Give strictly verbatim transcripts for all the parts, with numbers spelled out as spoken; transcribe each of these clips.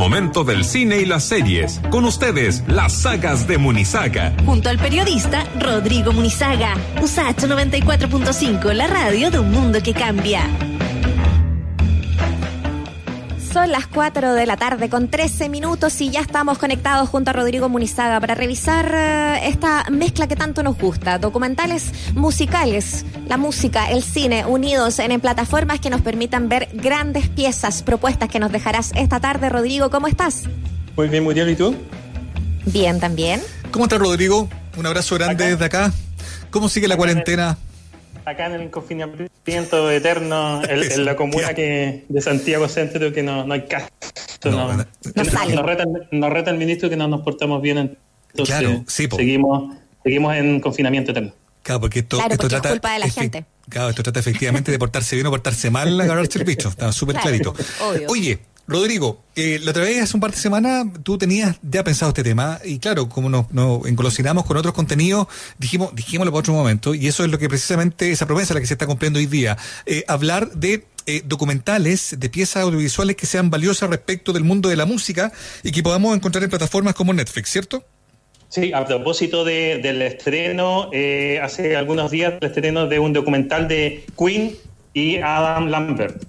momento del cine y las series. Con ustedes, las sagas de Munizaga. Junto al periodista Rodrigo Munizaga. U S H noventa y cuatro punto cinco, la radio de un mundo que cambia. Son las cuatro de la tarde con trece minutos y ya estamos conectados junto a Rodrigo Munizaga para revisar uh, esta mezcla que tanto nos gusta. Documentales musicales, la música, el cine, unidos en, en plataformas que nos permitan ver grandes piezas, propuestas que nos dejarás esta tarde. Rodrigo, ¿cómo estás? Muy bien, muy bien. ¿Y tú? Bien, también. ¿Cómo estás, Rodrigo? Un abrazo grande acá. desde acá. ¿Cómo sigue la acá cuarentena? Acá en el confinamiento eterno, en, en la comuna que de Santiago Centro, que no, no hay caso. No, no, no, no sale. Nos reta, nos reta el ministro que no nos portamos bien. Entonces, claro, sí, po. seguimos, seguimos en confinamiento eterno. Claro, porque esto, claro, esto porque trata. Es culpa de la efe- gente. Claro, esto trata efectivamente de portarse bien o portarse mal, agarrarse el bicho. Está súper claro, clarito. Obvio. Oye, Rodrigo, eh, la otra vez, hace un par de semanas, tú tenías ya pensado este tema, y claro, como nos, nos engolosinamos con otros contenidos, dijimos, dijimoslo para otro momento, y eso es lo que precisamente, esa promesa la que se está cumpliendo hoy día, eh, hablar de eh, documentales, de piezas audiovisuales que sean valiosas respecto del mundo de la música y que podamos encontrar en plataformas como Netflix, ¿cierto? Sí, a propósito de, del estreno, eh, hace algunos días, el estreno de un documental de Queen y Adam Lambert,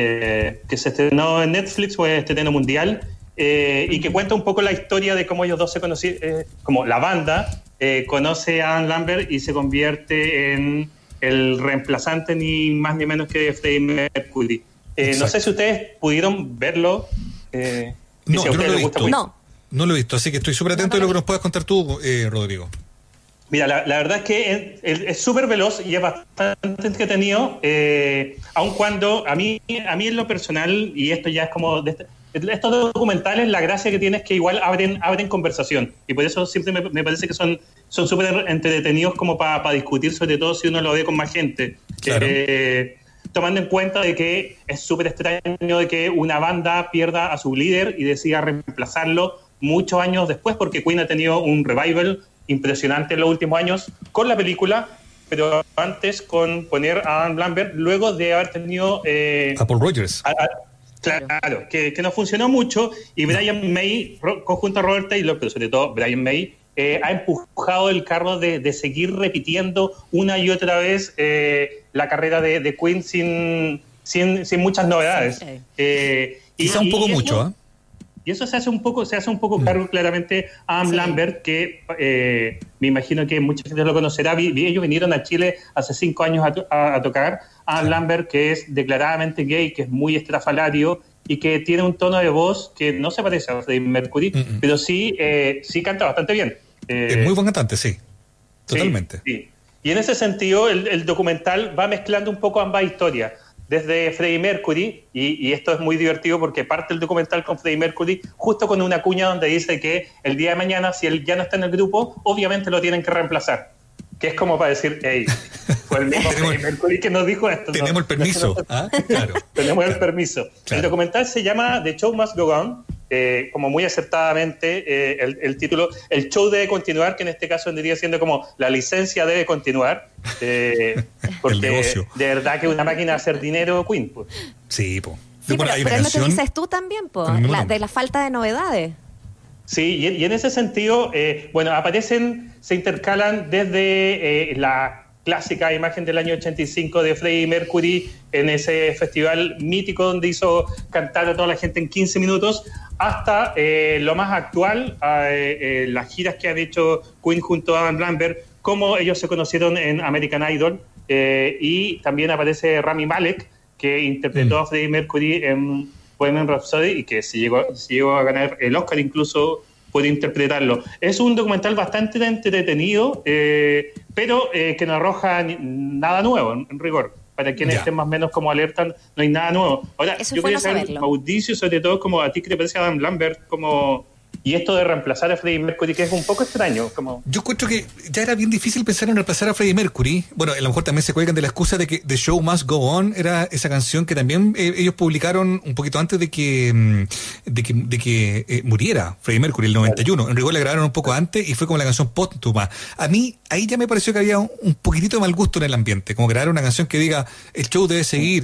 eh, que se estrenó en Netflix, fue estreno mundial, eh, y que cuenta un poco la historia de cómo ellos dos se conocieron, eh, como la banda eh, conoce a Adam Lambert y se convierte en el reemplazante ni más ni menos que de Freddie Mercury. Eh, no sé si ustedes pudieron verlo. Eh, no, si a yo no lo he gusta, visto. No. No lo he visto, así que estoy súper atento no, no, a lo que nos puedas contar tú, eh, Rodrigo. Mira, la, la verdad es que es súper veloz y es bastante entretenido, eh, aun cuando a mí, a mí en lo personal, y esto ya es como... De este, estos documentales, la gracia que tiene es que igual abren abren conversación, y por eso siempre me, me parece que son son súper entretenidos como para pa discutir, sobre todo si uno lo ve con más gente. Claro. Eh, tomando en cuenta de que es súper extraño de que una banda pierda a su líder y decida reemplazarlo muchos años después, porque Queen ha tenido un revival impresionante en los últimos años con la película, pero antes con poner a Adam Lambert luego de haber tenido eh, a Paul Rogers. A, a, claro, que, que no funcionó mucho, y Brian May, conjunto a Robert Taylor, pero sobre todo Brian May, eh, ha empujado el carro de, de seguir repitiendo una y otra vez eh, la carrera de, de Queen sin, sin, sin muchas novedades. Sí, sí. Eh, Quizá y, un poco y mucho, eso, ¿eh? Y eso se hace un poco, se hace un poco cargo claramente a Adam sí. Lambert, que eh, me imagino que mucha gente lo conocerá. Vi, vi, ellos vinieron a Chile hace cinco años a, to, a, a tocar. Adam sí. Lambert, que es declaradamente gay, que es muy estrafalario y que tiene un tono de voz que no se parece a Freddie Mercury, mm-mm. pero sí, eh, sí canta bastante bien. Eh, es muy buen cantante, sí. Totalmente. Sí, sí. Y en ese sentido, el, el documental va mezclando un poco ambas historias. Desde Freddie Mercury, y, y esto es muy divertido porque parte el documental con Freddie Mercury justo con una cuña donde dice que el día de mañana, si él ya no está en el grupo, obviamente lo tienen que reemplazar. Que es como para decir, hey, fue el mismo Freddie Mercury que nos dijo esto. Tenemos ¿no? el permiso. ¿Ah? Claro. Tenemos claro. el permiso. Claro. El documental se llama The Show Must Go On, eh, como muy acertadamente eh, el, el título, el show debe continuar, que en este caso vendría siendo como la licencia debe continuar, eh, porque de verdad que es una máquina de hacer dinero, Queen. Pues. Sí, po. Sí, bueno, pero, pero es lo que dices tú también, po, la, de la falta de novedades. Sí, y, y en ese sentido, eh, bueno, aparecen, se intercalan desde eh, la clásica imagen del año ochenta y cinco de Freddie Mercury en ese festival mítico donde hizo cantar a toda la gente en quince minutos, hasta eh, lo más actual, eh, eh, las giras que han hecho Queen junto a Adam Lambert, cómo ellos se conocieron en American Idol, eh, y también aparece Rami Malek, que interpretó mm. a Freddie Mercury en Bohemian Rhapsody y que se llegó, se llegó a ganar el Oscar incluso por interpretarlo. Es un documental bastante entretenido, eh, pero eh, que no arroja ni, nada nuevo, en, en rigor. Para quienes ya. estén más o menos como alertan, no hay nada nuevo. Ahora, Eso yo quería saber, Mauricio, sobre todo, como a ti que te parece Adam Lambert, como... Y esto de reemplazar a Freddie Mercury, que es un poco extraño. Como... Yo encuentro que ya era bien difícil pensar en reemplazar a Freddie Mercury. Bueno, a lo mejor también se cuelgan de la excusa de que The Show Must Go On era esa canción que también eh, ellos publicaron un poquito antes de que de que, de que eh, muriera Freddie Mercury, el noventa y uno. Claro. En rigor la grabaron un poco antes y fue como la canción póstuma. A mí, ahí ya me pareció que había un, un poquitito de mal gusto en el ambiente, como crear una canción que diga, el show debe seguir,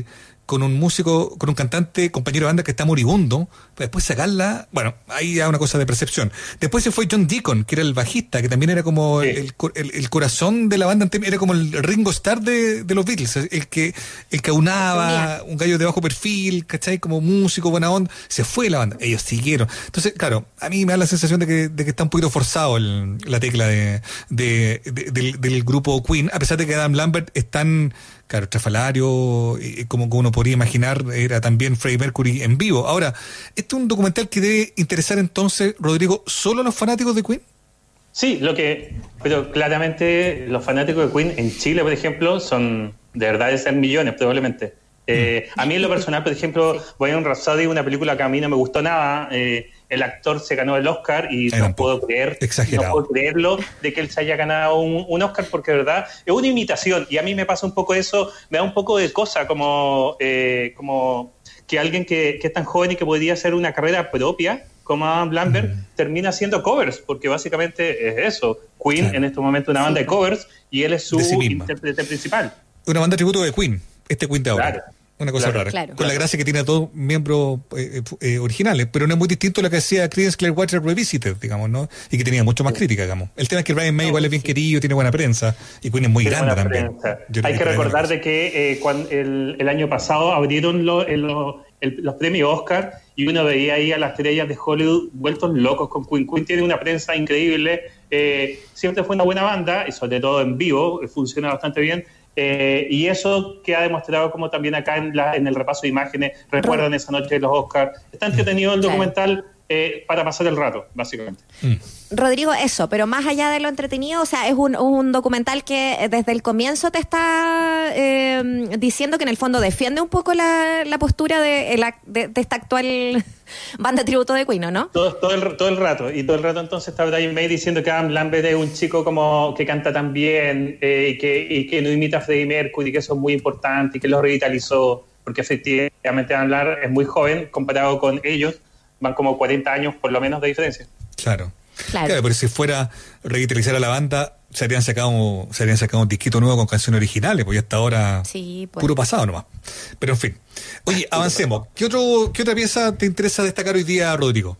con un músico, con un cantante, compañero de banda que está moribundo, pues después sacarla, bueno, ahí hay una cosa de percepción. Después se fue John Deacon, que era el bajista, que también era como sí. el, el, el corazón de la banda, era como el Ringo Starr de, de los Beatles, el que el que aunaba un gallo de bajo perfil, ¿cachai? Como músico, buena onda, se fue la banda, ellos siguieron. Entonces, claro, a mí me da la sensación de que, de que está un poquito forzado el, la tecla de, de, de, del, del grupo Queen, a pesar de que Adam Lambert es tan... Claro, estrafalario, eh, como, como uno podría imaginar, era también Freddie Mercury en vivo. Ahora, ¿este es un documental que debe interesar entonces, Rodrigo, solo a los fanáticos de Queen? Sí, lo que, pero claramente los fanáticos de Queen en Chile, por ejemplo, son de verdad de ser millones probablemente. Eh, a mí en lo personal, por ejemplo, Bohemian Rhapsody, una película que a mí no me gustó nada, eh, el actor se ganó el Oscar y Ay, no puedo creer, exagerado. no puedo creerlo de que él se haya ganado un, un Oscar, porque de verdad es una imitación, y a mí me pasa un poco eso, me da un poco de cosa como, eh, como que alguien que, que es tan joven y que podría hacer una carrera propia como Adam Lambert mm. termina haciendo covers, porque básicamente es eso, Queen claro. en este momento una banda sí. de covers y él es su sí intérprete principal. Una banda de tributo de Queen, este Queen de ahora. Claro. Una cosa claro, rara, claro, con claro. la gracia que tiene a todos miembros eh, eh, originales, pero no es muy distinto a lo que hacía Creedence Clearwater Revisited, digamos, ¿no? Y que tenía mucho más sí. crítica, digamos. El tema es que Brian May no, igual es bien sí. querido, tiene buena prensa, y Queen es muy tiene grande también. Hay que recordar de que eh, cuando el, el año pasado abrieron lo, el, lo, el, los premios Oscar y uno veía ahí a las estrellas de Hollywood vueltos locos con Queen. Queen tiene una prensa increíble, eh, siempre fue una buena banda, y sobre todo en vivo, funciona bastante bien. Eh, y eso que ha demostrado como también acá en, la, en el repaso de imágenes, recuerdan esa noche de los Oscars, está entretenido el documental eh, para pasar el rato, básicamente. Mm. Rodrigo, eso, pero más allá de lo entretenido, o sea, es un, un documental que desde el comienzo te está eh, diciendo que en el fondo defiende un poco la, la postura de, de, de esta actual banda de tributo de Queen, ¿no? Todo, todo, el, todo el rato, y todo el rato entonces está Brian May diciendo que Adam Lambert es un chico como que canta tan bien eh, y, que, y que no imita a Freddie Mercury, que eso es muy importante y que lo revitalizó, porque efectivamente Adam Lambert es muy joven comparado con ellos, van como cuarenta años por lo menos de diferencia. Claro. Claro. claro, pero si fuera revitalizar a la banda, se habrían sacado, se habrían sacado un disquito nuevo con canciones originales, porque hasta ahora sí, pues. puro pasado nomás. Pero en fin. Oye, avancemos. ¿Qué otro, qué otra pieza te interesa destacar hoy día, Rodrigo?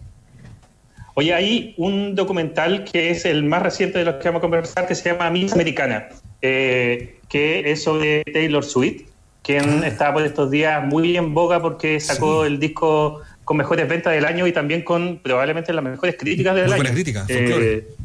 Oye, hay un documental que es el más reciente de los que vamos a conversar, que se llama Miss Americana, eh, que es sobre Taylor Swift, quien ah. está por estos días muy en boga porque sacó sí. el disco con mejores ventas del año y también con probablemente las mejores críticas del Muy año. Buenas críticas, Folklore. Eh,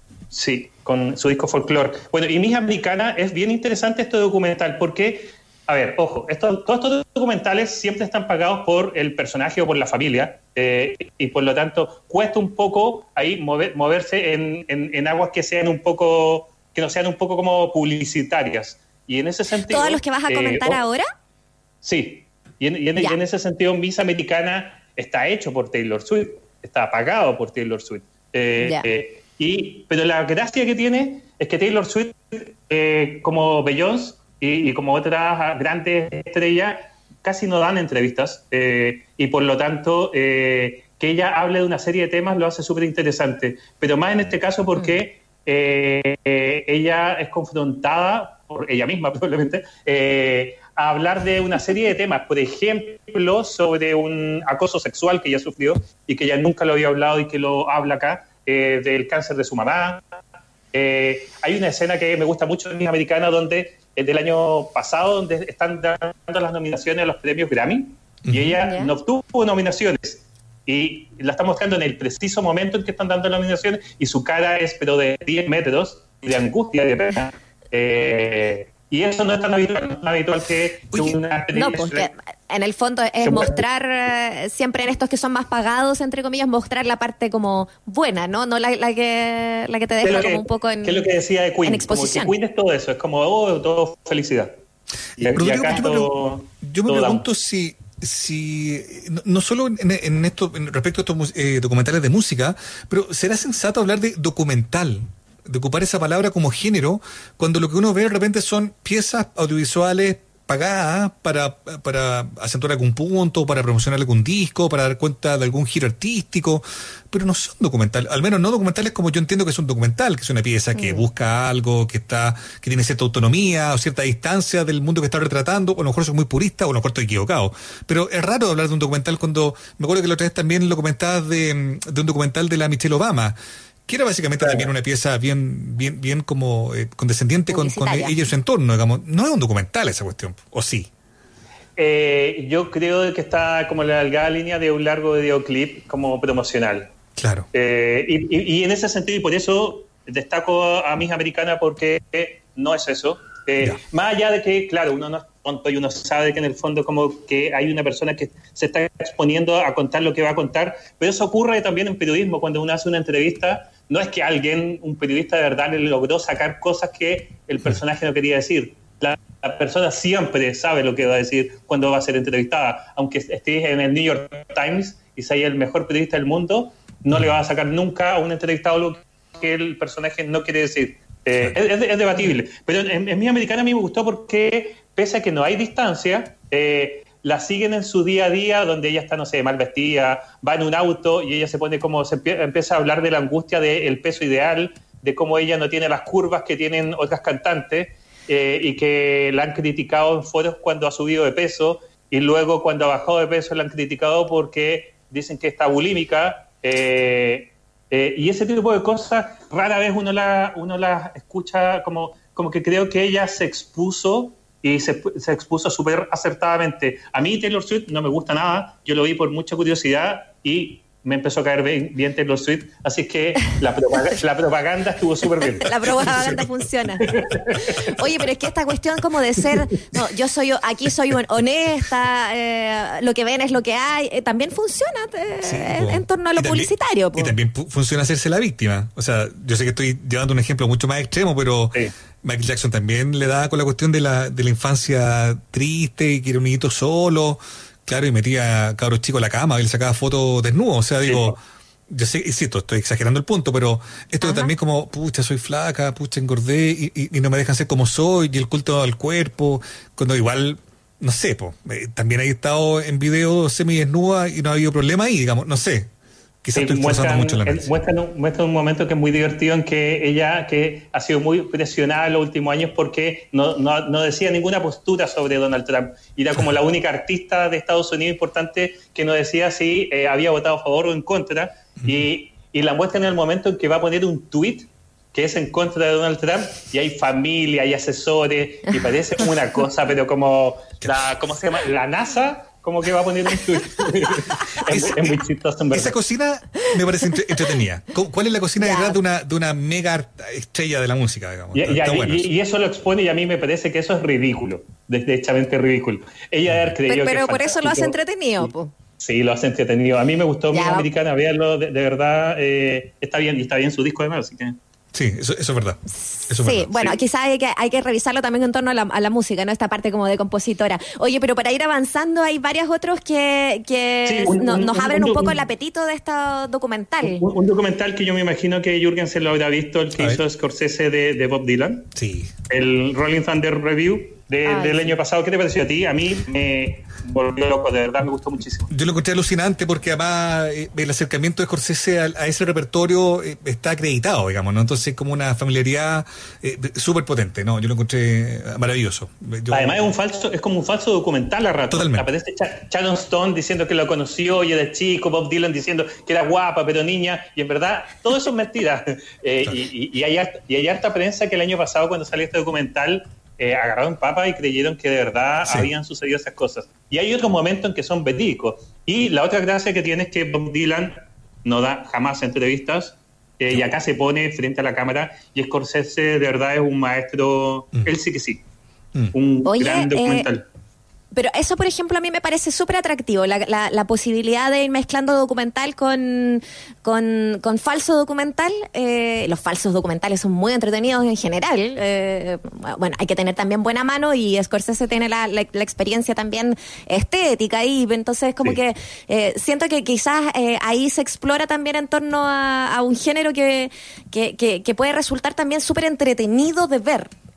sí, con su disco Folklore. Bueno, y Miss Americana es bien interesante este documental porque, a ver, ojo, esto, todos estos documentales siempre están pagados por el personaje o por la familia eh, y por lo tanto cuesta un poco ahí mover, moverse en, en, en aguas que sean un poco, que no sean un poco como publicitarias. Y en ese sentido... ¿Todos los que vas a comentar eh, oh, ahora? Sí, y en, y, en, y en ese sentido Miss Americana está hecho por Taylor Swift, está pagado por Taylor Swift. Eh, yeah. eh, y, pero la gracia que tiene es que Taylor Swift, eh, como Beyoncé y, y como otras grandes estrellas, casi no dan entrevistas eh, y por lo tanto eh, que ella hable de una serie de temas lo hace súper interesante. Pero más en este caso porque eh, eh, ella es confrontada, por ella misma probablemente, eh, a hablar de una serie de temas, por ejemplo, sobre un acoso sexual que ella sufrió y que ella nunca lo había hablado y que lo habla acá, eh, del cáncer de su mamá. Eh, hay una escena que me gusta mucho de Miss Americana donde, eh, del año pasado, donde están dando las nominaciones a los premios Grammy y ella yeah. no obtuvo nominaciones y la está mostrando en el preciso momento en que están dando las nominaciones y su cara es pero de diez metros de angustia, de pena. Eh, Y eso no es tan habitual, no es tan habitual que, que una... No, porque en el fondo es mostrar, eh, siempre en estos que son más pagados, entre comillas, mostrar la parte como buena, ¿no? No la, la, que, la que te deja que, como un poco en exposición. Que es lo que decía de Queen, en exposición. Como que Queen es todo eso, es como, oh, todo felicidad. Y, y acá yo, todo, me, yo me todo pregunto damos. si... si no, no solo en, en esto en respecto a estos eh, documentales de música, pero ¿será sensato hablar de documental? De ocupar esa palabra como género, cuando lo que uno ve de repente son piezas audiovisuales pagadas para, para acentuar algún punto, para promocionar algún disco, para dar cuenta de algún giro artístico, pero no son documentales, al menos no documentales como yo entiendo que es un documental, que es una pieza que mm. busca algo, que está, que tiene cierta autonomía o cierta distancia del mundo que está retratando, o a lo mejor soy muy purista, o a lo mejor estoy equivocado. Pero es raro hablar de un documental cuando, me acuerdo que la otra vez también lo comentabas de, de un documental de la Michelle Obama, que era básicamente claro. también una pieza bien bien bien como eh, condescendiente con, con ella y su entorno, digamos. No es un documental esa cuestión, ¿o sí? Eh, yo creo que está como en la delgada línea de un largo videoclip como promocional. Claro. Eh, y, y, y en ese sentido, y por eso destaco a Miss Americana, porque no es eso. Eh, más allá de que, claro, uno no es tonto y uno sabe que en el fondo como que hay una persona que se está exponiendo a contar lo que va a contar, pero eso ocurre también en periodismo. Cuando uno hace una entrevista, no es que alguien, un periodista de verdad, le logró sacar cosas que el personaje no quería decir. La, la persona siempre sabe lo que va a decir cuando va a ser entrevistada. Aunque estés en el New York Times y seas el mejor periodista del mundo, no le va a sacar nunca a un entrevistado lo que el personaje no quiere decir. Eh, es, es, es debatible. Pero en, en Miss Americana a mí me gustó porque, pese a que no hay distancia, eh, la siguen en su día a día, donde ella está, no sé, mal vestida, va en un auto y ella se pone como, se empie- empieza a hablar de la angustia del peso ideal, de cómo ella no tiene las curvas que tienen otras cantantes, eh, y que la han criticado en foros cuando ha subido de peso, y luego cuando ha bajado de peso la han criticado porque dicen que está bulímica, eh, eh, y ese tipo de cosas rara vez uno la uno las escucha, como, como que creo que ella se expuso y se, se expuso súper acertadamente. A mí Taylor Swift no me gusta nada, yo lo vi por mucha curiosidad y me empezó a caer bien, bien Taylor Swift, así que la propaganda, la propaganda estuvo súper bien. La propaganda funciona. Oye, pero es que esta cuestión como de ser, no, yo soy, aquí soy honesta, eh, lo que ven es lo que hay, eh, también funciona eh, sí, en, en torno a lo y publicitario. También, y también pu- funciona hacerse la víctima. O sea, yo sé que estoy llevando un ejemplo mucho más extremo, pero sí. Michael Jackson también le da con la cuestión de la, de la infancia triste y que era un niñito solo. Claro, y metía a cabros chicos a la cama y le sacaba fotos desnudos. O sea, digo, sí. yo sé, insisto, estoy exagerando el punto, pero esto Ajá. también como, pucha, soy flaca, pucha, engordé y, y, y no me dejan ser como soy, y el culto al cuerpo, cuando igual, no sé, po, eh, también he estado en videos semidesnuda y no ha habido problema ahí, digamos, no sé. Quizás sí, estoy forzando mucho la mente. Muestran un, muestra un momento que es muy divertido en que ella, que ha sido muy presionada en los últimos años porque no, no, no decía ninguna postura sobre Donald Trump. Y era como la única artista de Estados Unidos importante que no decía si eh, había votado a favor o en contra. Uh-huh. Y, y la muestra en el momento en que va a poner un tuit que es en contra de Donald Trump, y hay familia, hay asesores, y parece como una cosa, pero como la, ¿cómo se llama? La NASA... como que va a poner un tweet. es, es, es muy chistoso, en verdad. Esa cocina me parece entre, entretenida. ¿Cuál es la cocina ya. detrás de una, de una mega estrella de la música, digamos? Y, está, ya, está bueno y, eso. y eso lo expone, y a mí me parece que eso es ridículo, derechamente ridículo. Ella debe haber creído pero, que pero por eso lo hace entretenido, po. Sí, lo hace entretenido. A mí me gustó Miss Americana, véanlo, de, de verdad, eh, está bien, y está bien su disco además, así que... Sí, eso, eso es verdad. Eso sí, es verdad. bueno, sí. Quizás hay que, hay que revisarlo también en torno a la, a la música, ¿no? Esta parte como de compositora. Oye, pero para ir avanzando hay varios otros que, que sí, un, no, nos un, abren un, un poco un, el apetito de este documental. Un, un documental que yo me imagino que Jürgen se lo habrá visto, el que a hizo ver. Scorsese de, de Bob Dylan. Sí. El Rolling Thunder Review de, Ay, del sí. año pasado. ¿Qué te pareció a ti? A mí me volvió loco, de verdad me gustó muchísimo. Yo lo encontré alucinante porque además eh, el acercamiento de Scorsese a, a ese repertorio eh, está acreditado, digamos, ¿no? Entonces como una familiaridad eh, súper potente, ¿no? Yo lo encontré maravilloso. Yo, además es un falso, es como un falso documental a rato. Totalmente. Aparece Ch- Sharon Stone diciendo que lo conoció y era chico, Bob Dylan diciendo que era guapa pero niña, y en verdad todo eso es mentira. eh, claro. y, y, y, hay harta, y hay harta prensa que el año pasado cuando salió este documental Eh, agarraron papa y creyeron que de verdad sí. habían sucedido esas cosas. Y hay otros momentos en que son verídicos. Y la otra gracia que tiene es que Bob Dylan no da jamás entrevistas, eh, y acá se pone frente a la cámara, y Scorsese de verdad es un maestro, mm. él sí que sí, mm. un Oye, gran documental. Eh... Pero eso, por ejemplo, a mí me parece súper atractivo, la, la, la posibilidad de ir mezclando documental con, con, con falso documental. Eh, los falsos documentales son muy entretenidos en general. Eh, bueno, hay que tener también buena mano, y Scorsese tiene la, la, la experiencia también estética ahí. Entonces, como sí. que eh, siento que quizás eh, ahí se explora también en torno a, a un género que, que, que, que puede resultar también súper entretenido de ver.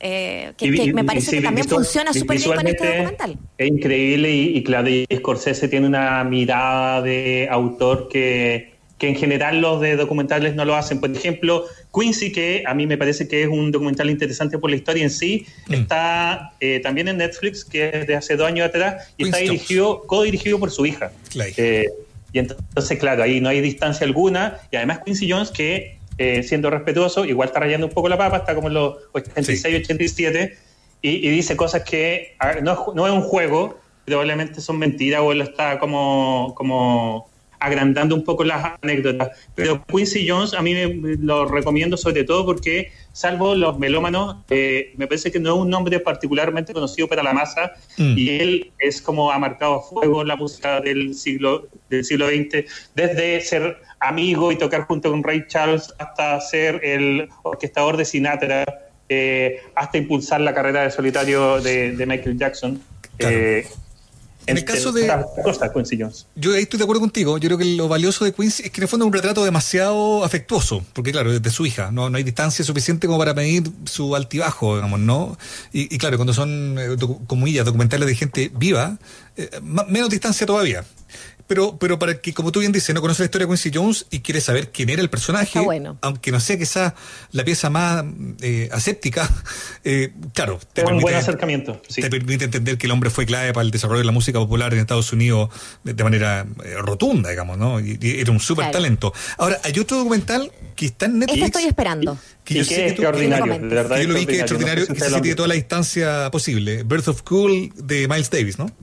eh, que, Y- que y- me y- parece sí, que también visual- funciona súper bien con este visualmente documental. Es increíble y, y claro, y Scorsese tiene una mirada de autor que, que en general los de documentales no lo hacen. Por ejemplo, Quincy, que a mí me parece que es un documental interesante por la historia en sí, Mm. está eh, también en Netflix, que es de hace dos años atrás, y está Quincy dirigido, co-dirigido por su hija. Clay. Eh, y entonces, claro, ahí no hay distancia alguna. Y además Quincy Jones, que eh, siendo respetuoso, igual está rayando un poco la papa, está como en los ochenta y seis, ochenta y siete, y, y dice cosas que a ver, no, es ju- no es un juego, probablemente son mentiras o él está como, como agrandando un poco las anécdotas. Pero Quincy Jones a mí me, me lo recomiendo sobre todo porque, salvo los melómanos, eh, me parece que no es un nombre particularmente conocido para la masa, Mm. y él es como ha marcado a fuego la música del siglo del siglo veinte, desde ser amigo y tocar junto con Ray Charles hasta ser el orquestador de Sinatra, eh, hasta impulsar la carrera de solitario de, de Michael Jackson. Claro. Eh, En el caso de- Cosas, Quincy Jones. Yo ahí estoy de acuerdo contigo. Yo creo que lo valioso de Quincy es que en el fondo es un retrato demasiado afectuoso, porque claro, es de su hija, no, no hay distancia suficiente como para medir su altibajo, digamos, ¿no? Y, y claro, cuando son, eh, docu- comillas, documentales de gente viva, eh, más- menos distancia todavía. Pero, pero para el que, como tú bien dices, no conoce la historia de Quincy Jones y quiere saber quién era el personaje, Está bueno. aunque no sea quizás la pieza más eh, aséptica, eh, claro, te Es un buen permite- acercamiento. Sí. te permite entender que el hombre fue clave para el desarrollo de la música popular en Estados Unidos de, de manera eh, rotunda, digamos, ¿no? Y, y era un súper Claro. talento. Ahora, hay otro documental que está en Netflix. Este estoy esperando. Que Y yo que sé es que tú- extraordinario, que- de verdad. que yo lo vi que es extraordinario, extraordinario. No sé si que ustedes se lo han tiene visto. toda la distancia posible. Birth of Cool de Miles Davis, ¿no?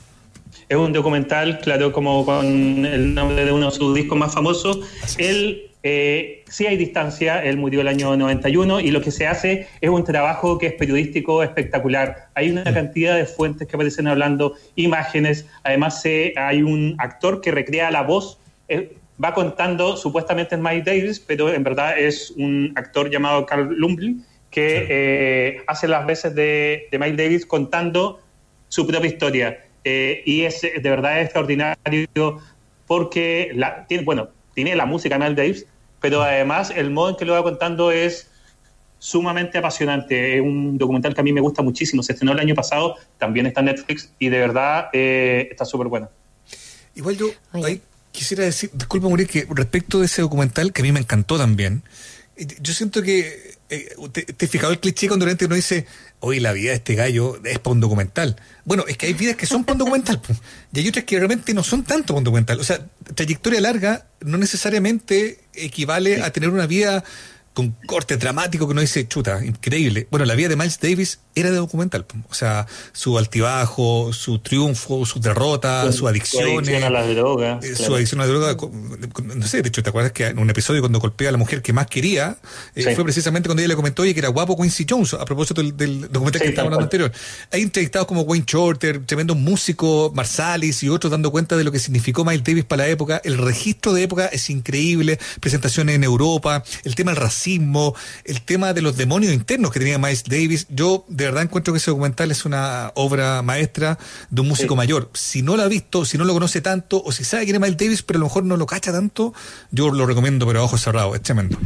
Es un documental, claro, como con el nombre de uno de sus discos más famosos. Así es. Él, eh, sí hay distancia, él murió el año noventa y uno y lo que se hace es un trabajo que es periodístico espectacular. Hay una cantidad de fuentes que aparecen hablando, imágenes, además se, hay un actor que recrea la voz, eh, va contando, supuestamente es Miles Davis, pero en verdad es un actor llamado Carl Lumbly que Sí. eh, hace las veces de, de Miles Davis contando su propia historia. Eh, y es de verdad extraordinario porque la, tiene, bueno, tiene la música de Miles Davis, pero además el modo en que lo va contando es sumamente apasionante. Es un documental que a mí me gusta muchísimo. Se estrenó el año pasado, también está en Netflix y de verdad eh, está súper bueno. Igual yo Oye. ahí quisiera decir, disculpa morir, que respecto de ese documental, que a mí me encantó también, eh, yo siento que eh, te, te has fijado el cliché cuando realmente uno dice, oye, la vida de este gallo es para un documental. Bueno, es que hay vidas que son para un documental, po, y hay otras que realmente no son tanto para un documental. O sea, trayectoria larga no necesariamente equivale a tener una vida con corte dramático que uno dice, chuta, increíble. Bueno, la vida de Miles Davis era de documental, po. O sea, su altibajo, su triunfo, su derrota, sus adicciones. Su adicción a las drogas. Eh, claro. Su adicción a la droga, con- con- no sé, de hecho, ¿te acuerdas que en un episodio cuando golpea a la mujer que más quería, eh, Sí. fue precisamente cuando ella le comentó, oye, que era guapo Quincy Jones, a propósito del, del documental Sí, que estábamos tal hablando cual. anterior? Hay entrevistados como Wayne Shorter, tremendos músicos, Marsalis y otros dando cuenta de lo que significó Miles Davis para la época. El registro de época es increíble, presentaciones en Europa, el tema del racismo, el tema de los demonios internos que tenía Miles Davis. Yo de verdad encuentro que ese documental es una obra maestra de un músico Sí. mayor. Si no lo ha visto, si no lo conoce tanto, o si sabe quién es Miles Davis, pero a lo mejor no lo cacha tanto, yo lo recomiendo, pero a ojos cerrados, es tremendo.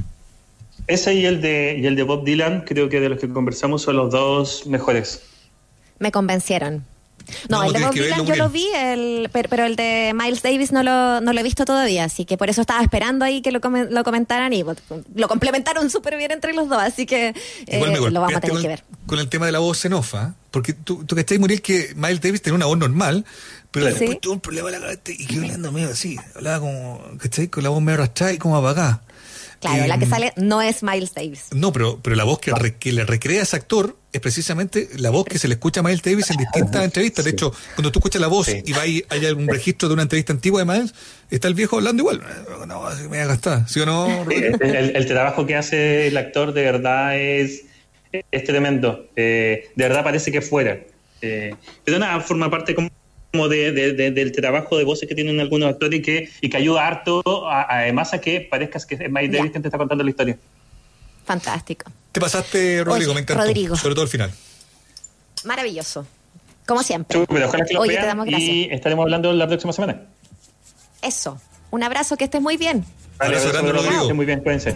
Ese y el de y el de Bob Dylan, creo que de los que conversamos son los dos mejores. Me convencieron. No, No, el de tienes Bob que verlo, Dylan yo lo Muriel. vi, el, pero, pero el de Miles Davis no lo, no lo he visto todavía, así que por eso estaba esperando ahí que lo, comen- lo comentaran y pues, lo complementaron súper bien entre los dos, así que eh, Igual me lo vamos a golpeaste tener con, que ver. con el tema de la voz en off, ¿ah? Porque tú, tú cachai, Muriel, que Miles Davis tenía una voz normal, pero Claro. después Sí. tuvo un problema en la cabeza y quedó hablando medio así. Hablaba como, ¿cachai? Con la voz medio arrastrada y como apagada. Claro, Eh, la que sale no es Miles Davis. No, pero, pero la voz que, re- que le recrea a ese actor es precisamente la voz que se le escucha a Miles Davis en distintas entrevistas. De hecho, cuando tú escuchas la voz Sí. y va y hay algún registro de una entrevista antigua de Miles, está el viejo hablando igual. No, así me voy a gastar. ¿Sí o no? Rodrigo? el, el- el trabajo que hace el actor de verdad es, es tremendo. Eh, de verdad parece que fuera. Eh, pero nada, forma parte como como de, de- de- del trabajo de voces que tienen algunos actores y que, y que ayuda harto, a- además a que parezcas que es Miles Ya. Davis quien te está contando la historia. Fantástico. Te pasaste, Rodrigo, Oye, me encantó. Rodrigo. Sobre todo el final. Maravilloso. Como siempre. Pero ojalá que lo Oye, te vean damos gracias. y estaremos hablando la próxima semana. Eso. Un abrazo, que estés muy bien. Abrazo grande, Rodrigo. Rodrigo. Muy bien, cuídense.